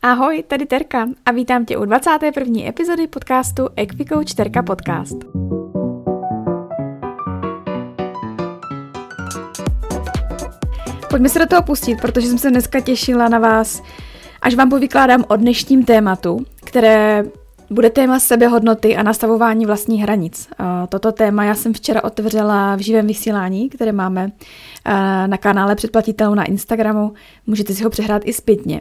Ahoj, tady Terka a vítám tě u 21. epizody podcastu Equicoach Terka Podcast. Pojďme se do toho pustit, protože jsem se dneska těšila na vás, až vám povykládám o dnešním tématu, které bude téma sebehodnoty a nastavování vlastních hranic. Toto téma já jsem včera otevřela v živém vysílání, které máme na kanále předplatitelů na Instagramu. Můžete si ho přehrát i zpětně.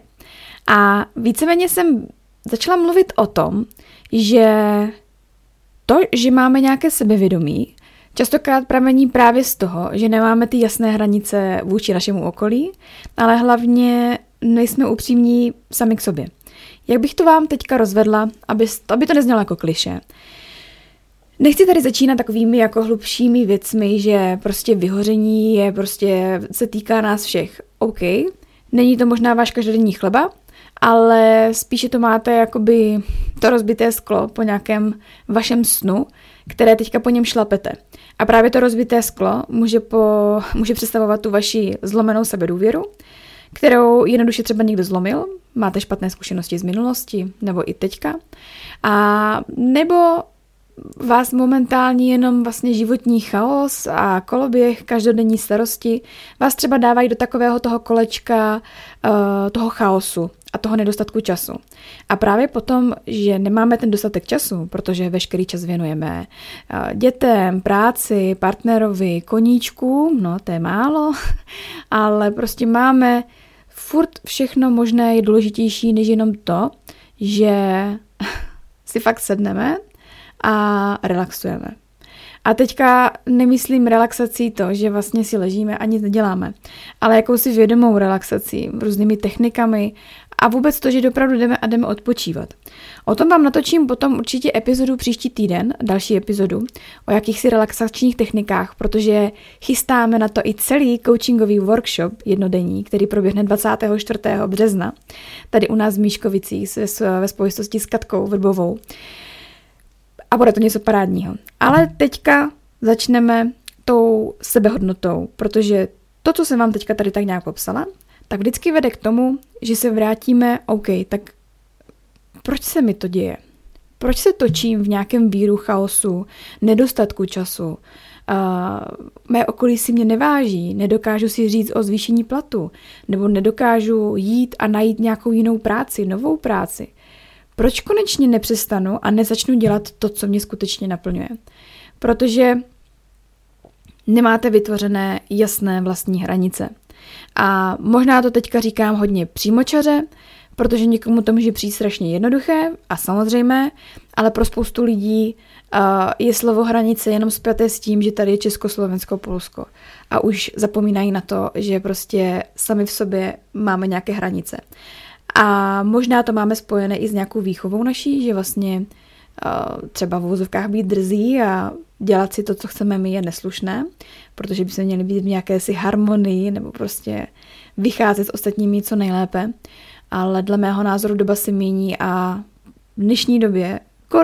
A víceméně jsem začala mluvit o tom, že to, že máme nějaké sebevědomí, častokrát pramení právě z toho, že nemáme ty jasné hranice vůči našemu okolí, ale hlavně nejsme upřímní sami k sobě. Jak bych to vám teďka rozvedla, aby to neznělo jako klišé. Nechci tady začínat takovými jako hlubšími věcmi, že prostě vyhoření se týká nás všech. OK, není to možná váš každodenní chleba, ale spíše to máte jakoby to rozbité sklo po nějakém vašem snu, které teďka po něm šlapete. A právě to rozbité sklo může představovat tu vaši zlomenou sebedůvěru, kterou jednoduše třeba někdo zlomil, máte špatné zkušenosti z minulosti, nebo i teďka, a nebo vás momentálně jenom vlastně životní chaos a koloběh, každodenní starosti vás třeba dávají do takového toho kolečka toho chaosu a toho nedostatku času. A právě potom, že nemáme ten dostatek času, protože veškerý čas věnujeme dětem, práci, partnerovi, koníčku, no to je málo, ale prostě máme furt všechno možné je důležitější než jenom to, že si fakt sedneme a relaxujeme. A teďka nemyslím relaxací to, že vlastně si ležíme a nic neděláme, ale jakousi vědomou relaxací, různými technikami a vůbec to, že opravdu jdeme odpočívat. O tom vám natočím potom určitě epizodu příští týden, další epizodu, o jakýchsi relaxačních technikách, protože chystáme na to i celý coachingový workshop jednodenní, který proběhne 24. března, tady u nás v Míškovicích ve spojitosti s Katkou Vrbovou. A bude to něco parádního. Ale teďka začneme tou sebehodnotou, protože to, co jsem vám teďka tady tak nějak popsala, tak vždycky vede k tomu, že se vrátíme, OK, tak proč se mi to děje? Proč se točím v nějakém víru chaosu, nedostatku času? Mé okolí si mě neváží, nedokážu si říct o zvýšení platu, nebo nedokážu jít a najít nějakou jinou práci, novou práci. Proč konečně nepřestanu a nezačnu dělat to, co mě skutečně naplňuje? Protože nemáte vytvořené jasné vlastní hranice. A možná to teďka říkám hodně přímočaře, protože někomu to může přijít strašně jednoduché a samozřejmé, ale pro spoustu lidí je slovo hranice jenom spjaté s tím, že tady je Česko, Slovensko, Polsko. A už zapomínají na to, že prostě sami v sobě máme nějaké hranice. A možná to máme spojené i s nějakou výchovou naší, že vlastně třeba v uvozovkách být drzí a dělat si to, co chceme my, je neslušné, protože by se měli být v nějaké si harmonii nebo prostě vycházet s ostatními co nejlépe. Ale dle mého názoru doba se mění a v dnešní době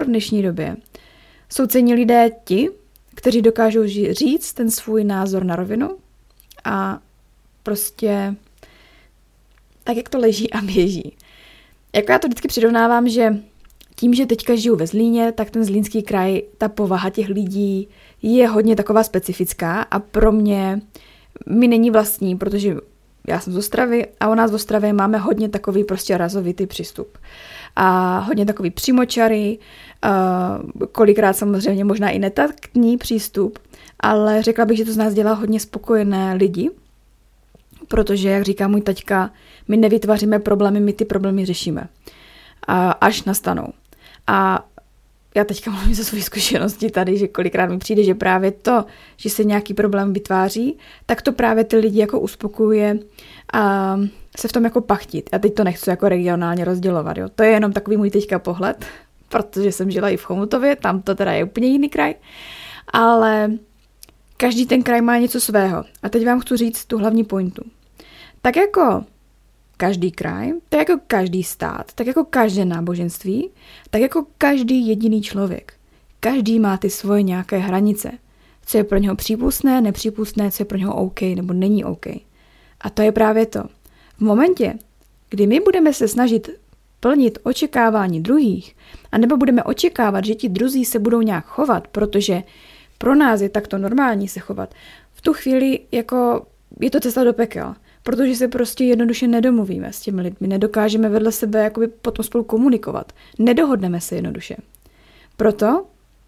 jsou cenní lidé ti, kteří dokážou říct ten svůj názor na rovinu a prostě tak, jak to leží a běží. Jako já to vždycky přirovnávám, že tím, že teďka žiju ve Zlíně, tak ten Zlínský kraj, ta povaha těch lidí je hodně taková specifická a pro mě mi není vlastní, protože já jsem z Ostravy a u nás v Ostravě máme hodně takový prostě razovitý přístup. A hodně takový přímočarý, kolikrát samozřejmě možná i netaktní přístup, ale řekla bych, že to z nás dělá hodně spokojené lidi, protože, jak říká můj taťka, my nevytváříme problémy, my ty problémy řešíme. Až nastanou. A já teďka mluvím ze své zkušenosti tady, že kolikrát mi přijde, že právě to, že se nějaký problém vytváří, tak to právě ty lidi jako uspokojuje a se v tom jako pachtit. A teď to nechci jako regionálně rozdělovat. Jo. To je jenom takový můj teďka pohled, protože jsem žila i v Chomutově, tam to teda je úplně jiný kraj. Ale každý ten kraj má něco svého. A teď vám chci říct tu hlavní pointu. Tak jako každý kraj, tak jako každý stát, tak jako každé náboženství, tak jako každý jediný člověk. Každý má ty svoje nějaké hranice. Co je pro něho přípustné, nepřípustné, co je pro něho OK nebo není OK. A to je právě to. V momentě, kdy my budeme se snažit plnit očekávání druhých, anebo budeme očekávat, že ti druzí se budou nějak chovat, protože pro nás je takto normální se chovat, v tu chvíli jako je to cesta do pekel, protože se prostě jednoduše nedomluvíme s těmi lidmi, nedokážeme vedle sebe jakoby potom spolu komunikovat, nedohodneme se jednoduše. Proto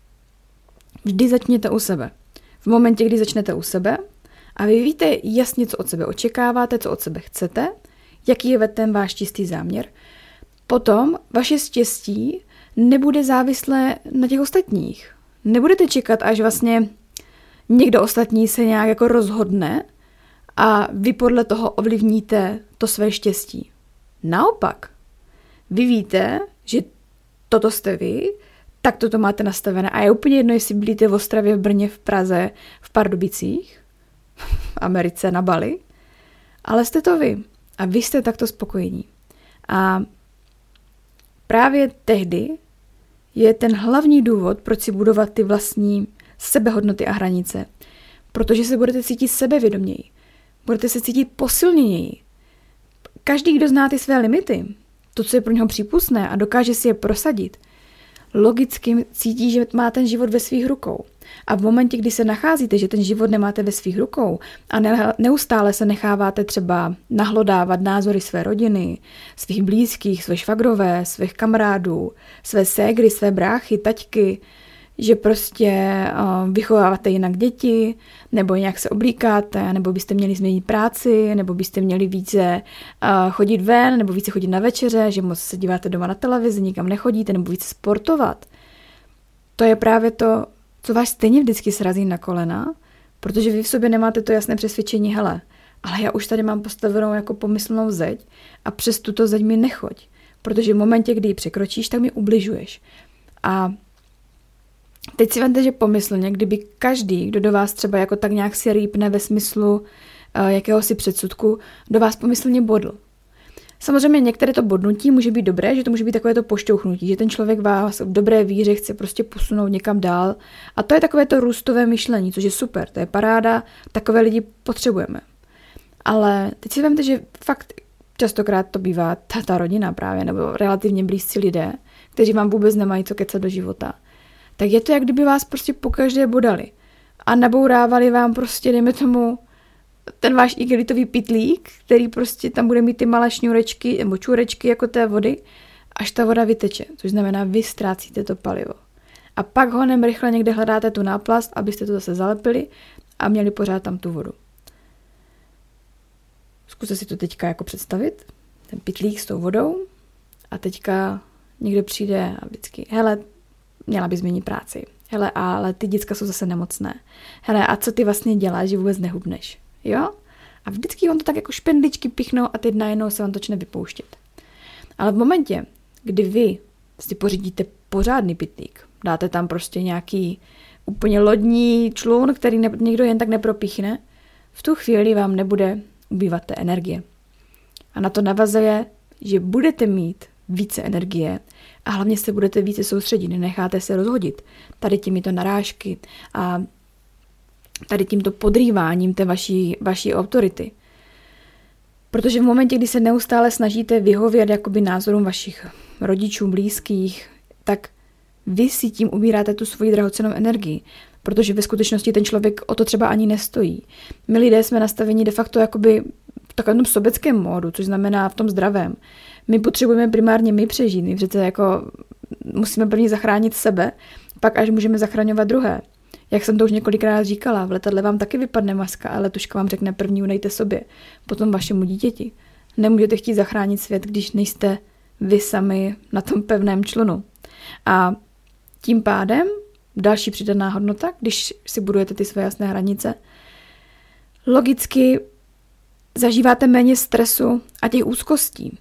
vždy začněte u sebe. V momentě, kdy začnete u sebe a vy víte jasně, co od sebe očekáváte, co od sebe chcete, jaký je ten váš čistý záměr, potom vaše štěstí nebude závislé na těch ostatních. Nebudete čekat, až vlastně někdo ostatní se nějak jako rozhodne a vy podle toho ovlivníte to své štěstí. Naopak, vy víte, že toto jste vy, tak toto máte nastavené. A je úplně jedno, jestli bydlíte v Ostravě, v Brně, v Praze, v Pardubicích, v Americe, na Bali, ale jste to vy. A vy jste takto spokojení. A právě tehdy je ten hlavní důvod, proč si budovat ty vlastní sebehodnoty a hranice. Protože se budete cítit sebevědoměji. Budete se cítit posilněněji. Každý, kdo zná ty své limity, to, co je pro něho přípustné a dokáže si je prosadit, logicky cítí, že má ten život ve svých rukou. A v momentě, kdy se nacházíte, že ten život nemáte ve svých rukou a neustále se necháváte třeba nahlodávat názory své rodiny, svých blízkých, své švagrové, svých kamarádů, své ségry, své bráchy, taťky, že prostě vychováváte jinak děti, nebo nějak se oblíkáte, nebo byste měli změnit práci, nebo byste měli více chodit ven, nebo více chodit na večeře, že moc se díváte doma na televizi, nikam nechodíte, nebo více sportovat. To je právě to, co vás stejně vždycky srazí na kolena, protože vy v sobě nemáte to jasné přesvědčení, hele, ale já už tady mám postavenou jako pomyslnou zeď a přes tuto zeď mi nechoď, protože v momentě, kdy ji překročíš, tak mi ubližuješ. A teď si vemte, že pomyslně, kdyby každý, kdo do vás třeba jako tak nějak si rýpne ve smyslu jakéhosi předsudku, do vás pomyslně bodl. Samozřejmě některé to bodnutí může být dobré, že to může být takové to pošťouchnutí, že ten člověk vás v dobré víře chce prostě posunout někam dál. A to je takové to růstové myšlení, což je super, to je paráda, takové lidi potřebujeme. Ale teď si vemte, že fakt častokrát to bývá ta rodina právě, nebo relativně blízcí lidé, kteří vám vůbec nemají co kecat do života. Tak je to, jak kdyby vás prostě pokaždé bodali a nabourávali vám prostě, dejme tomu, ten váš igelitový pytlík, který prostě tam bude mít ty malé šňůrečky nebo čůrečky jako té vody, až ta voda vyteče, což znamená, vy ztrácíte to palivo. A pak honem rychle někde hledáte tu náplast, abyste to zase zalepili a měli pořád tam tu vodu. Zkuste si to teďka jako představit, ten pytlík s tou vodou a teďka někdo přijde a vždycky, hele, měla by změnit práci. Hele, ale ty děcka jsou zase nemocné. Hele, a co ty vlastně děláš, že vůbec nehubneš? Jo? A vždycky on to tak jako špendličky pichnou a teď najednou se vám to začne vypouštět. Ale v momentě, kdy vy si pořídíte pořádný pytlík, dáte tam prostě nějaký úplně lodní člun, který někdo jen tak nepropíchne, v tu chvíli vám nebude ubývat té energie. A na to navazuje, že budete mít více energie a hlavně se budete více soustředit, nenecháte se rozhodit tady těmito narážky a tady tímto podrýváním té vaší autority. Protože v momentě, kdy se neustále snažíte vyhovět jakoby názorům vašich rodičů, blízkých, tak vy si tím ubíráte tu svoji drahocennou energii, protože ve skutečnosti ten člověk o to třeba ani nestojí. My lidé jsme nastaveni de facto jakoby v takovém sobeckém módu, což znamená v tom zdravém. My potřebujeme primárně my přežít, my přece jako musíme první zachránit sebe, pak až můžeme zachraňovat druhé. Jak jsem to už několikrát říkala, v letadle vám taky vypadne maska a letuška vám řekne první udejte sobě, potom vašemu dítěti. Nemůžete chtít zachránit svět, když nejste vy sami na tom pevném člunu. A tím pádem další přidaná hodnota, když si budujete ty své jasné hranice, logicky zažíváte méně stresu a těch úzkostí.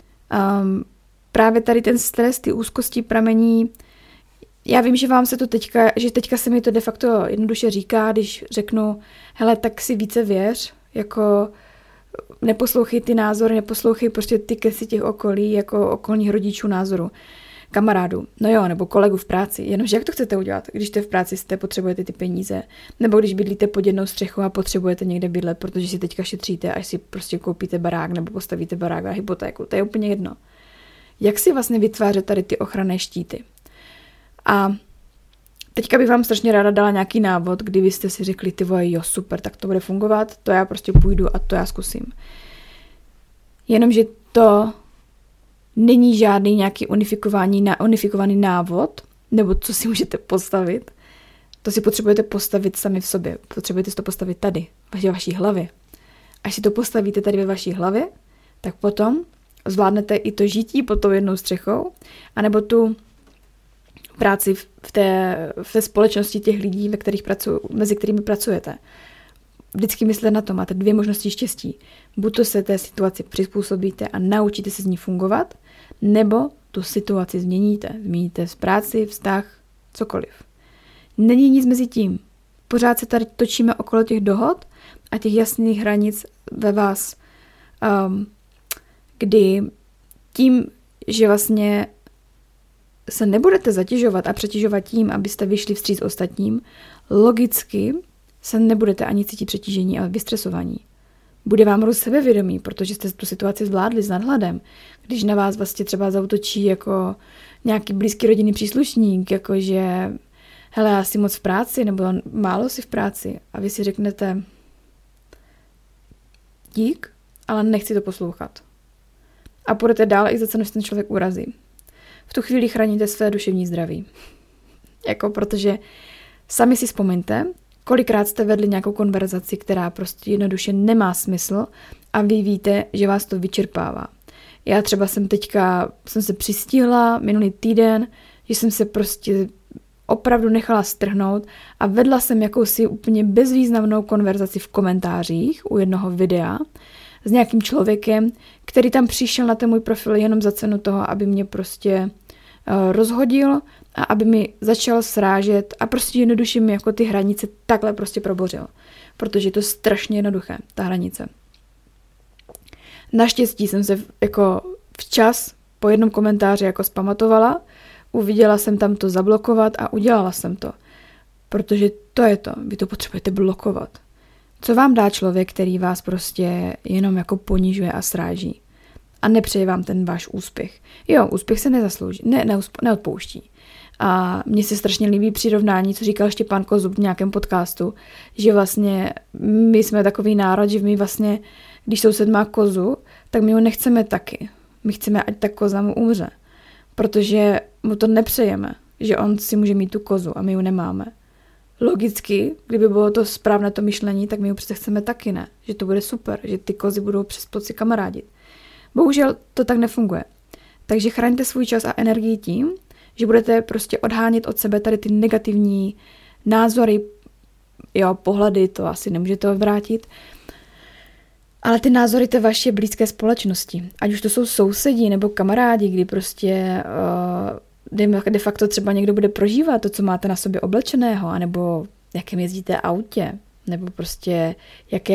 Právě tady ten stres, ty úzkosti pramení. Já vím, že vám se to teďka se mi to de facto jednoduše říká, když řeknu, hele, tak si více věř, jako neposlouchej ty názory, neposlouchej prostě ty kesy těch okolí, jako okolních rodičů názoru, kamarádů, no jo, nebo kolegů v práci, jenomže jak to chcete udělat, když jste v práci, potřebujete ty peníze, nebo když bydlíte pod jednou střechou a potřebujete někde bydlet, protože si teďka šetříte, až si prostě koupíte barák nebo postavíte barák a hypotéku, to je úplně jedno. jak si vlastně vytvářet tady ty ochranné štíty. A teďka bych vám strašně ráda dala nějaký návod, kdy vy jste si řekli, ty vole, jo, super, tak to bude fungovat, to já prostě půjdu a to já zkusím. Jenomže to není žádný nějaký unifikovaný návod, nebo co si můžete postavit. To si potřebujete postavit sami v sobě. Potřebujete si to postavit tady, ve vaší hlavě. Až si to postavíte tady ve vaší hlavě, tak potom zvládnete i to žití pod tou jednou střechou, anebo tu práci v té společnosti těch lidí, mezi kterými pracujete. Vždycky myslete na to, máte 2 možnosti štěstí. Buď to se té situaci přizpůsobíte a naučíte se z ní fungovat, nebo tu situaci změníte. Změníte z práci, vztah, cokoliv. Není nic mezi tím. Pořád se tady točíme okolo těch dohod a těch jasných hranic ve vás, kdy tím, že vlastně se nebudete zatěžovat a přetěžovat tím, abyste vyšli vstříc ostatním, logicky se nebudete ani cítit přetížení a vystresovaní. Bude vám růst sebevědomí, protože jste tu situaci zvládli s nadhledem. Když na vás vlastně třeba zaútočí jako nějaký blízký rodinný příslušník, jakože hele, já jsi moc v práci, nebo málo si v práci, a vy si řeknete dík, ale nechci to poslouchat. A půjdete dál i za cenu, že ten člověk urazí. V tu chvíli chráníte své duševní zdraví. Protože sami si vzpomeňte, kolikrát jste vedli nějakou konverzaci, která prostě jednoduše nemá smysl a vy víte, že vás to vyčerpává. Já třeba jsem se přistihla minulý týden, že jsem se prostě opravdu nechala strhnout a vedla jsem jakousi úplně bezvýznamnou konverzaci v komentářích u jednoho videa s nějakým člověkem, který tam přišel na ten můj profil jenom za cenu toho, aby mě prostě rozhodil a aby mi začal srážet a prostě jednoduše mi jako ty hranice takhle prostě probořil. Protože je to strašně jednoduché, ta hranice. Naštěstí jsem se jako včas po jednom komentáři jako zpamatovala, uviděla jsem tam to zablokovat a udělala jsem to. Protože to je to, vy to potřebujete blokovat. Co vám dá člověk, který vás prostě jenom jako ponižuje a sráží? A nepřeje vám ten váš úspěch. Jo, úspěch se neodpouští. A mně se strašně líbí přirovnání, co říkal Štěpán Kozub v nějakém podcastu, že vlastně my jsme takový národ, že my vlastně, když soused má kozu, tak my ho nechceme taky. My chceme, ať ta koza mu umře. Protože mu to nepřejeme, že on si může mít tu kozu a my ji nemáme. Logicky, kdyby bylo to správné to myšlení, tak my ho přece chceme taky, ne? Že to bude super, že ty kozy budou přes plot si kamarádit. Bohužel to tak nefunguje. Takže chraňte svůj čas a energii tím, že budete prostě odhánět od sebe tady ty negativní názory, jo, pohledy, to asi nemůžete odvrátit, ale ty názory té vaší blízké společnosti, ať už to jsou sousedí nebo kamarádi, kdy prostě de facto třeba někdo bude prožívat to, co máte na sobě oblečeného, anebo jakém jezdíte autě, nebo prostě jak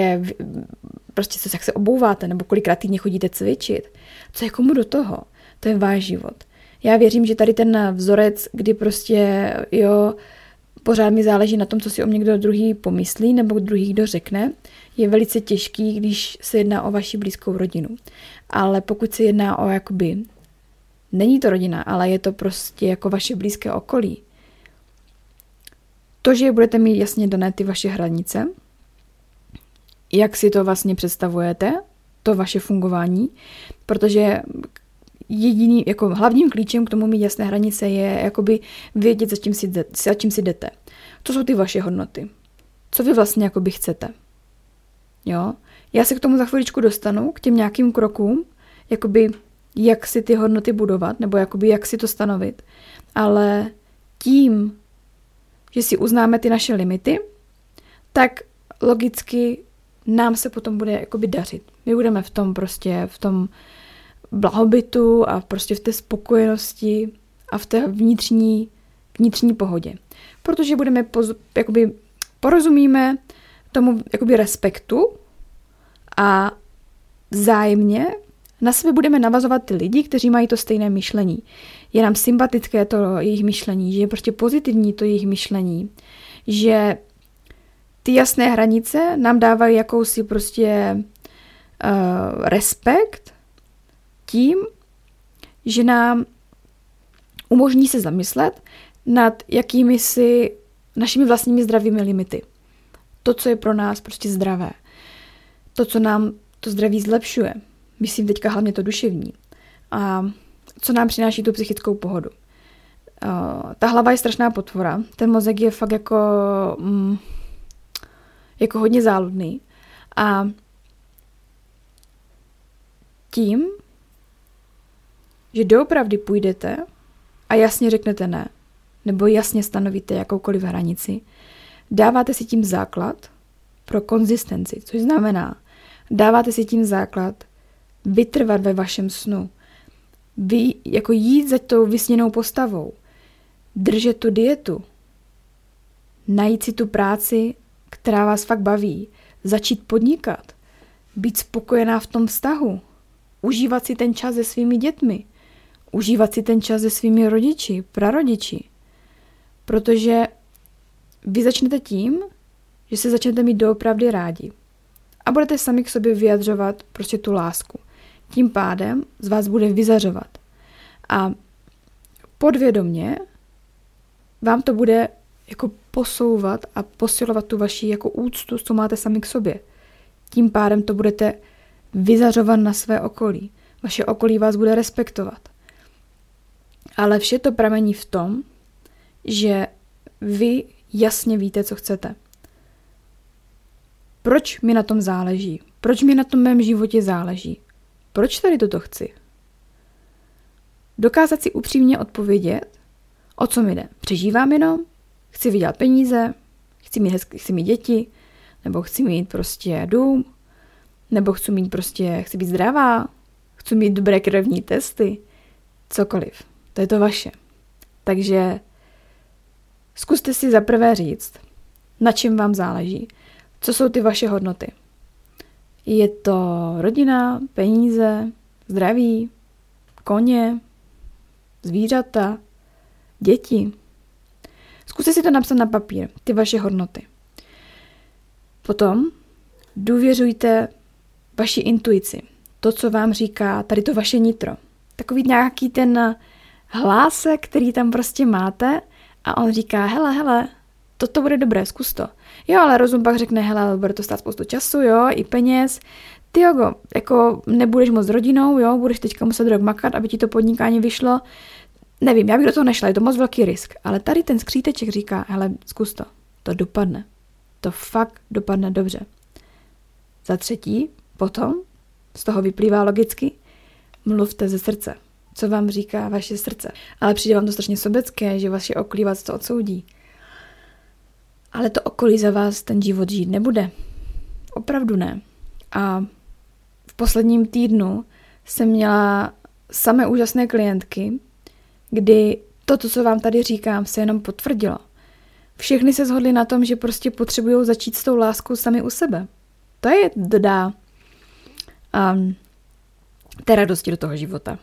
se obouváte, nebo kolikrát týdně chodíte cvičit. Co je komu do toho? To je váš život. Já věřím, že tady ten vzorec, kdy prostě jo, pořád mi záleží na tom, co si o mě kdo druhý pomyslí, nebo druhý kdo řekne, je velice těžký, když se jedná o vaši blízkou rodinu. Ale pokud se jedná o jakoby, není to rodina, ale je to prostě jako vaše blízké okolí. To, že budete mít jasně dané ty vaše hranice, jak si to vlastně představujete, to vaše fungování, protože jako hlavním klíčem k tomu mít jasné hranice je jakoby vědět, za čím si jdete. Co jsou ty vaše hodnoty? Co vy vlastně jakoby chcete? Jo? Já se k tomu za chviličku dostanu, k těm nějakým krokům, jakoby jak si ty hodnoty budovat, nebo jakoby jak si to stanovit. Ale tím, že si uznáme ty naše limity, tak logicky nám se potom bude jakoby dařit. My budeme v tom blahobytu a prostě v té spokojenosti a v té vnitřní pohodě. Protože porozumíme tomu jakoby respektu a vzájemně na sebe budeme navazovat ty lidi, kteří mají to stejné myšlení. Je nám sympatické to jejich myšlení, že je prostě pozitivní to jejich myšlení, že ty jasné hranice nám dávají jakousi prostě respekt tím, že nám umožní se zamyslet nad jakými si našimi vlastními zdravými limity. To, co je pro nás prostě zdravé. To, co nám to zdraví zlepšuje. Myslím teďka hlavně to duševní. A co nám přináší tu psychickou pohodu. Ta hlava je strašná potvora. Ten mozek je fakt jako hodně záludný. A tím, že doopravdy půjdete a jasně řeknete ne, nebo jasně stanovíte jakoukoliv hranici, dáváte si tím základ pro konzistenci, což znamená, dáváte si tím základ vytrvat ve vašem snu, jako jít za tou vysněnou postavou, držet tu dietu, najít si tu práci, která vás fakt baví, začít podnikat, být spokojená v tom vztahu, užívat si ten čas se svými dětmi, užívat si ten čas se svými rodiči, prarodiči. Protože vy začnete tím, že se začnete mít doopravdy rádi a budete sami k sobě vyjadřovat prostě tu lásku. Tím pádem z vás bude vyzařovat. A podvědomě vám to bude jako posouvat a posilovat tu vaši jako úctu, co máte sami k sobě. Tím pádem to budete vyzařovat na své okolí. Vaše okolí vás bude respektovat. Ale vše to pramení v tom, že vy jasně víte, co chcete. Proč mi na tom záleží? Proč mi na tom mém životě záleží? Proč tady toto chci? Dokázat si upřímně odpovědět, o co mi jde. Přežívám jenom, chci vydělat peníze, chci mít děti, nebo chci mít prostě dům, nebo chci být zdravá, chci mít dobré krevní testy, cokoliv. To je to vaše. Takže zkuste si zaprvé říct, na čem vám záleží. Co jsou ty vaše hodnoty? Je to rodina, peníze, zdraví, koně, zvířata, děti. Zkuste si to napsat na papír, ty vaše hodnoty. Potom důvěřujte vaši intuici. To, co vám říká tady to vaše nitro. Takový nějaký ten hlásek, který tam prostě máte a on říká, hele, toto bude dobré, zkus to. Jo, ale rozum pak řekne, hele, bude to stát spoustu času, jo, i peněz. Ty jogo, jako nebudeš moc s rodinou, jo, budeš teďka muset rok makat, aby ti to podnikání vyšlo. Nevím, já bych do toho nešla, je to moc velký risk. Ale tady ten skříteček říká, hele, zkus to, to dopadne. To fakt dopadne dobře. Za třetí, potom, z toho vyplývá logicky, mluvte ze srdce. Co vám říká vaše srdce. Ale přijde vám to strašně sobecké, že vaše okolí vás to odsoudí. Ale to okolí za vás ten život žít nebude. Opravdu ne. A v posledním týdnu jsem měla samé úžasné klientky, kdy to, co vám tady říkám, se jenom potvrdilo. Všechny se shodly na tom, že prostě potřebují začít s tou láskou sami u sebe. To je dodá té radosti do toho života.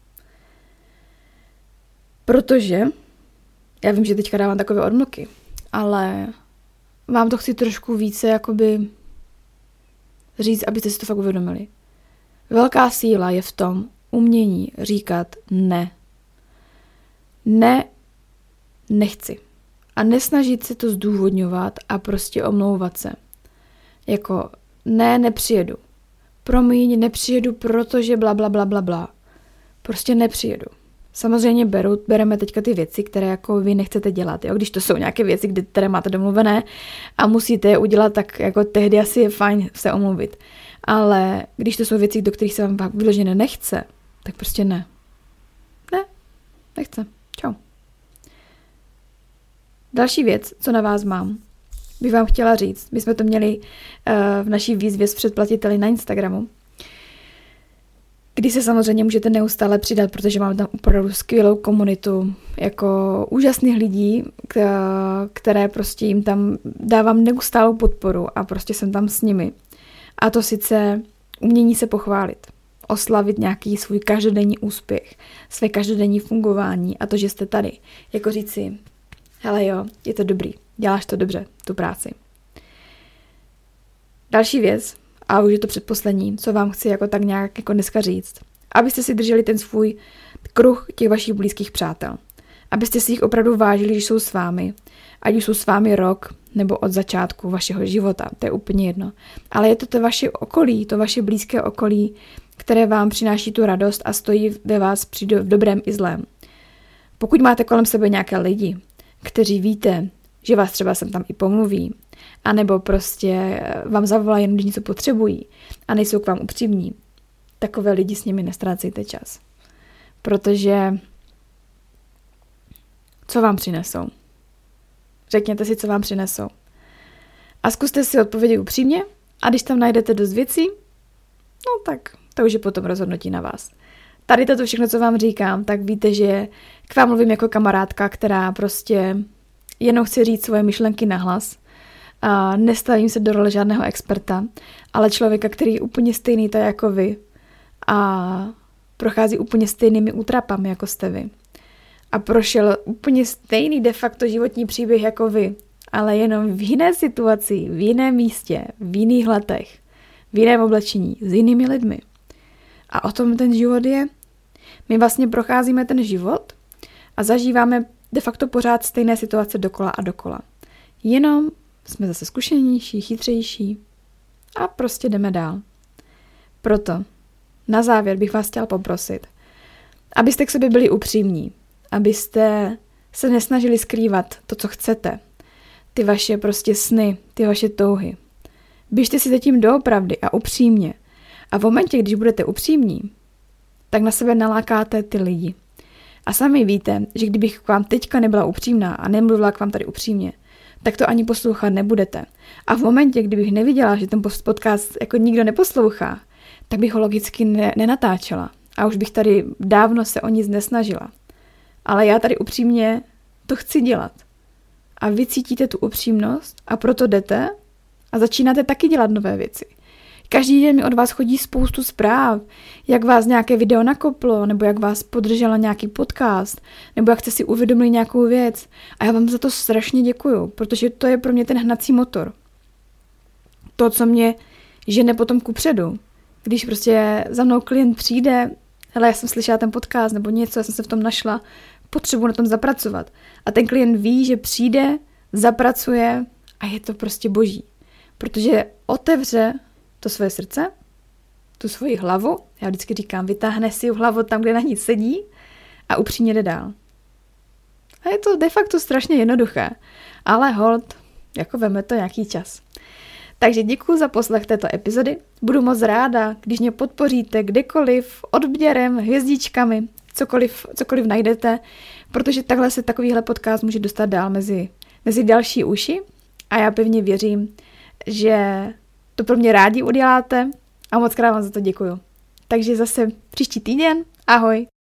Protože, já vím, že teďka dávám takové odmlky, ale vám to chci trošku více jakoby říct, abyste si to fakt uvědomili. Velká síla je v tom umění říkat ne. Ne, nechci. A nesnažit se to zdůvodňovat a prostě omlouvat se. Jako ne, nepřijedu. Promiň, nepřijedu, protože bla, bla, bla, bla, bla. Prostě nepřijedu. Samozřejmě bereme teďka ty věci, které jako vy nechcete dělat. Jo? Když to jsou nějaké věci, které máte domluvené a musíte je udělat, tak jako tehdy asi je fajn se omluvit. Ale když to jsou věci, do kterých se vám vyloženě nechce, tak prostě ne. Ne, nechce. Čau. Další věc, co na vás mám, bych vám chtěla říct. My jsme to měli v naší výzvě s předplatiteli na Instagramu, kdy se samozřejmě můžete neustále přidat, protože máme tam opravdu skvělou komunitu jako úžasných lidí, které prostě jim tam dávám neustálou podporu a prostě jsem tam s nimi. A to sice umění se pochválit, oslavit nějaký svůj každodenní úspěch, své každodenní fungování a to, že jste tady. Jako říct si, hele jo, je to dobrý, děláš to dobře, tu práci. Další věc, a už je to předposlední, co vám chci jako tak nějak jako dneska říct. abyste si drželi ten svůj kruh těch vašich blízkých přátel. Abyste si jich opravdu vážili, že jsou s vámi. Ať už jsou s vámi rok, nebo od začátku vašeho života. To je úplně jedno. Ale je to vaše okolí, to vaše blízké okolí, které vám přináší tu radost a stojí ve vás v dobrém i zlém. Pokud máte kolem sebe nějaké lidi, kteří víte, že vás třeba sem tam i pomluví, anebo prostě vám zavolají jenom, když něco potřebují a nejsou k vám upřímní, takové lidi s nimi nestrácejte čas. Protože co vám přinesou? Řekněte si, co vám přinesou. A zkuste si odpovědět upřímně a když tam najdete dost věcí, no tak to už je potom rozhodnutí na vás. Tady toto všechno, co vám říkám, tak víte, že k vám mluvím jako kamarádka, která prostě jenom chce říct svoje myšlenky nahlas a nestavím se do role žádného experta, ale člověka, který je úplně stejný tak jako vy a prochází úplně stejnými útrapami, jako jste vy. A prošel úplně stejný de facto životní příběh jako vy, ale jenom v jiné situaci, v jiném místě, v jiných letech, v jiném oblečení, s jinými lidmi. A o tom ten život je. My vlastně procházíme ten život a zažíváme de facto pořád stejné situace dokola a dokola. Jenom jsme zase zkušenější, chytřejší a prostě jdeme dál. Proto na závěr bych vás chtěla poprosit, abyste k sobě byli upřímní, abyste se nesnažili skrývat to, co chcete, ty vaše prostě sny, ty vaše touhy. Běžte si zatím doopravdy a upřímně. A v momentě, když budete upřímní, tak na sebe nalákáte ty lidi. A sami víte, že kdybych k vám teďka nebyla upřímná a nemluvila k vám tady upřímně, tak to ani poslouchat nebudete. A v momentě, kdybych neviděla, že ten podcast jako nikdo neposlouchá, tak bych ho logicky nenatáčela. A už bych tady dávno se o nic nesnažila. Ale já tady upřímně to chci dělat. A vy cítíte tu upřímnost a proto jdete a začínáte taky dělat nové věci. Každý den mi od vás chodí spoustu zpráv, jak vás nějaké video nakoplo, nebo jak vás podržela nějaký podcast, nebo jak jste si uvědomili nějakou věc. A já vám za to strašně děkuju, protože to je pro mě ten hnací motor. To, co mě žene potom kupředu. Když prostě za mnou klient přijde, hele, já jsem slyšela ten podcast nebo něco, já jsem se v tom našla, potřebuji na tom zapracovat. A ten klient ví, že přijde, zapracuje a je to prostě boží. Protože otevře to svoje srdce, tu svoji hlavu, já vždycky říkám, vytáhne si hlavu tam, kde na ní sedí a upřímně jde dál. A je to de facto strašně jednoduché, ale hold, jako veme to nějaký čas. Takže děkuji za poslech této epizody. Budu moc ráda, když mě podpoříte kdekoliv, odběrem, hvězdičkami, cokoliv najdete, protože takhle se takovýhle podcast může dostat dál mezi další uši a já pevně věřím, že to pro mě rádi uděláte a moc krát vám za to děkuju. Takže zase příští týden. Ahoj!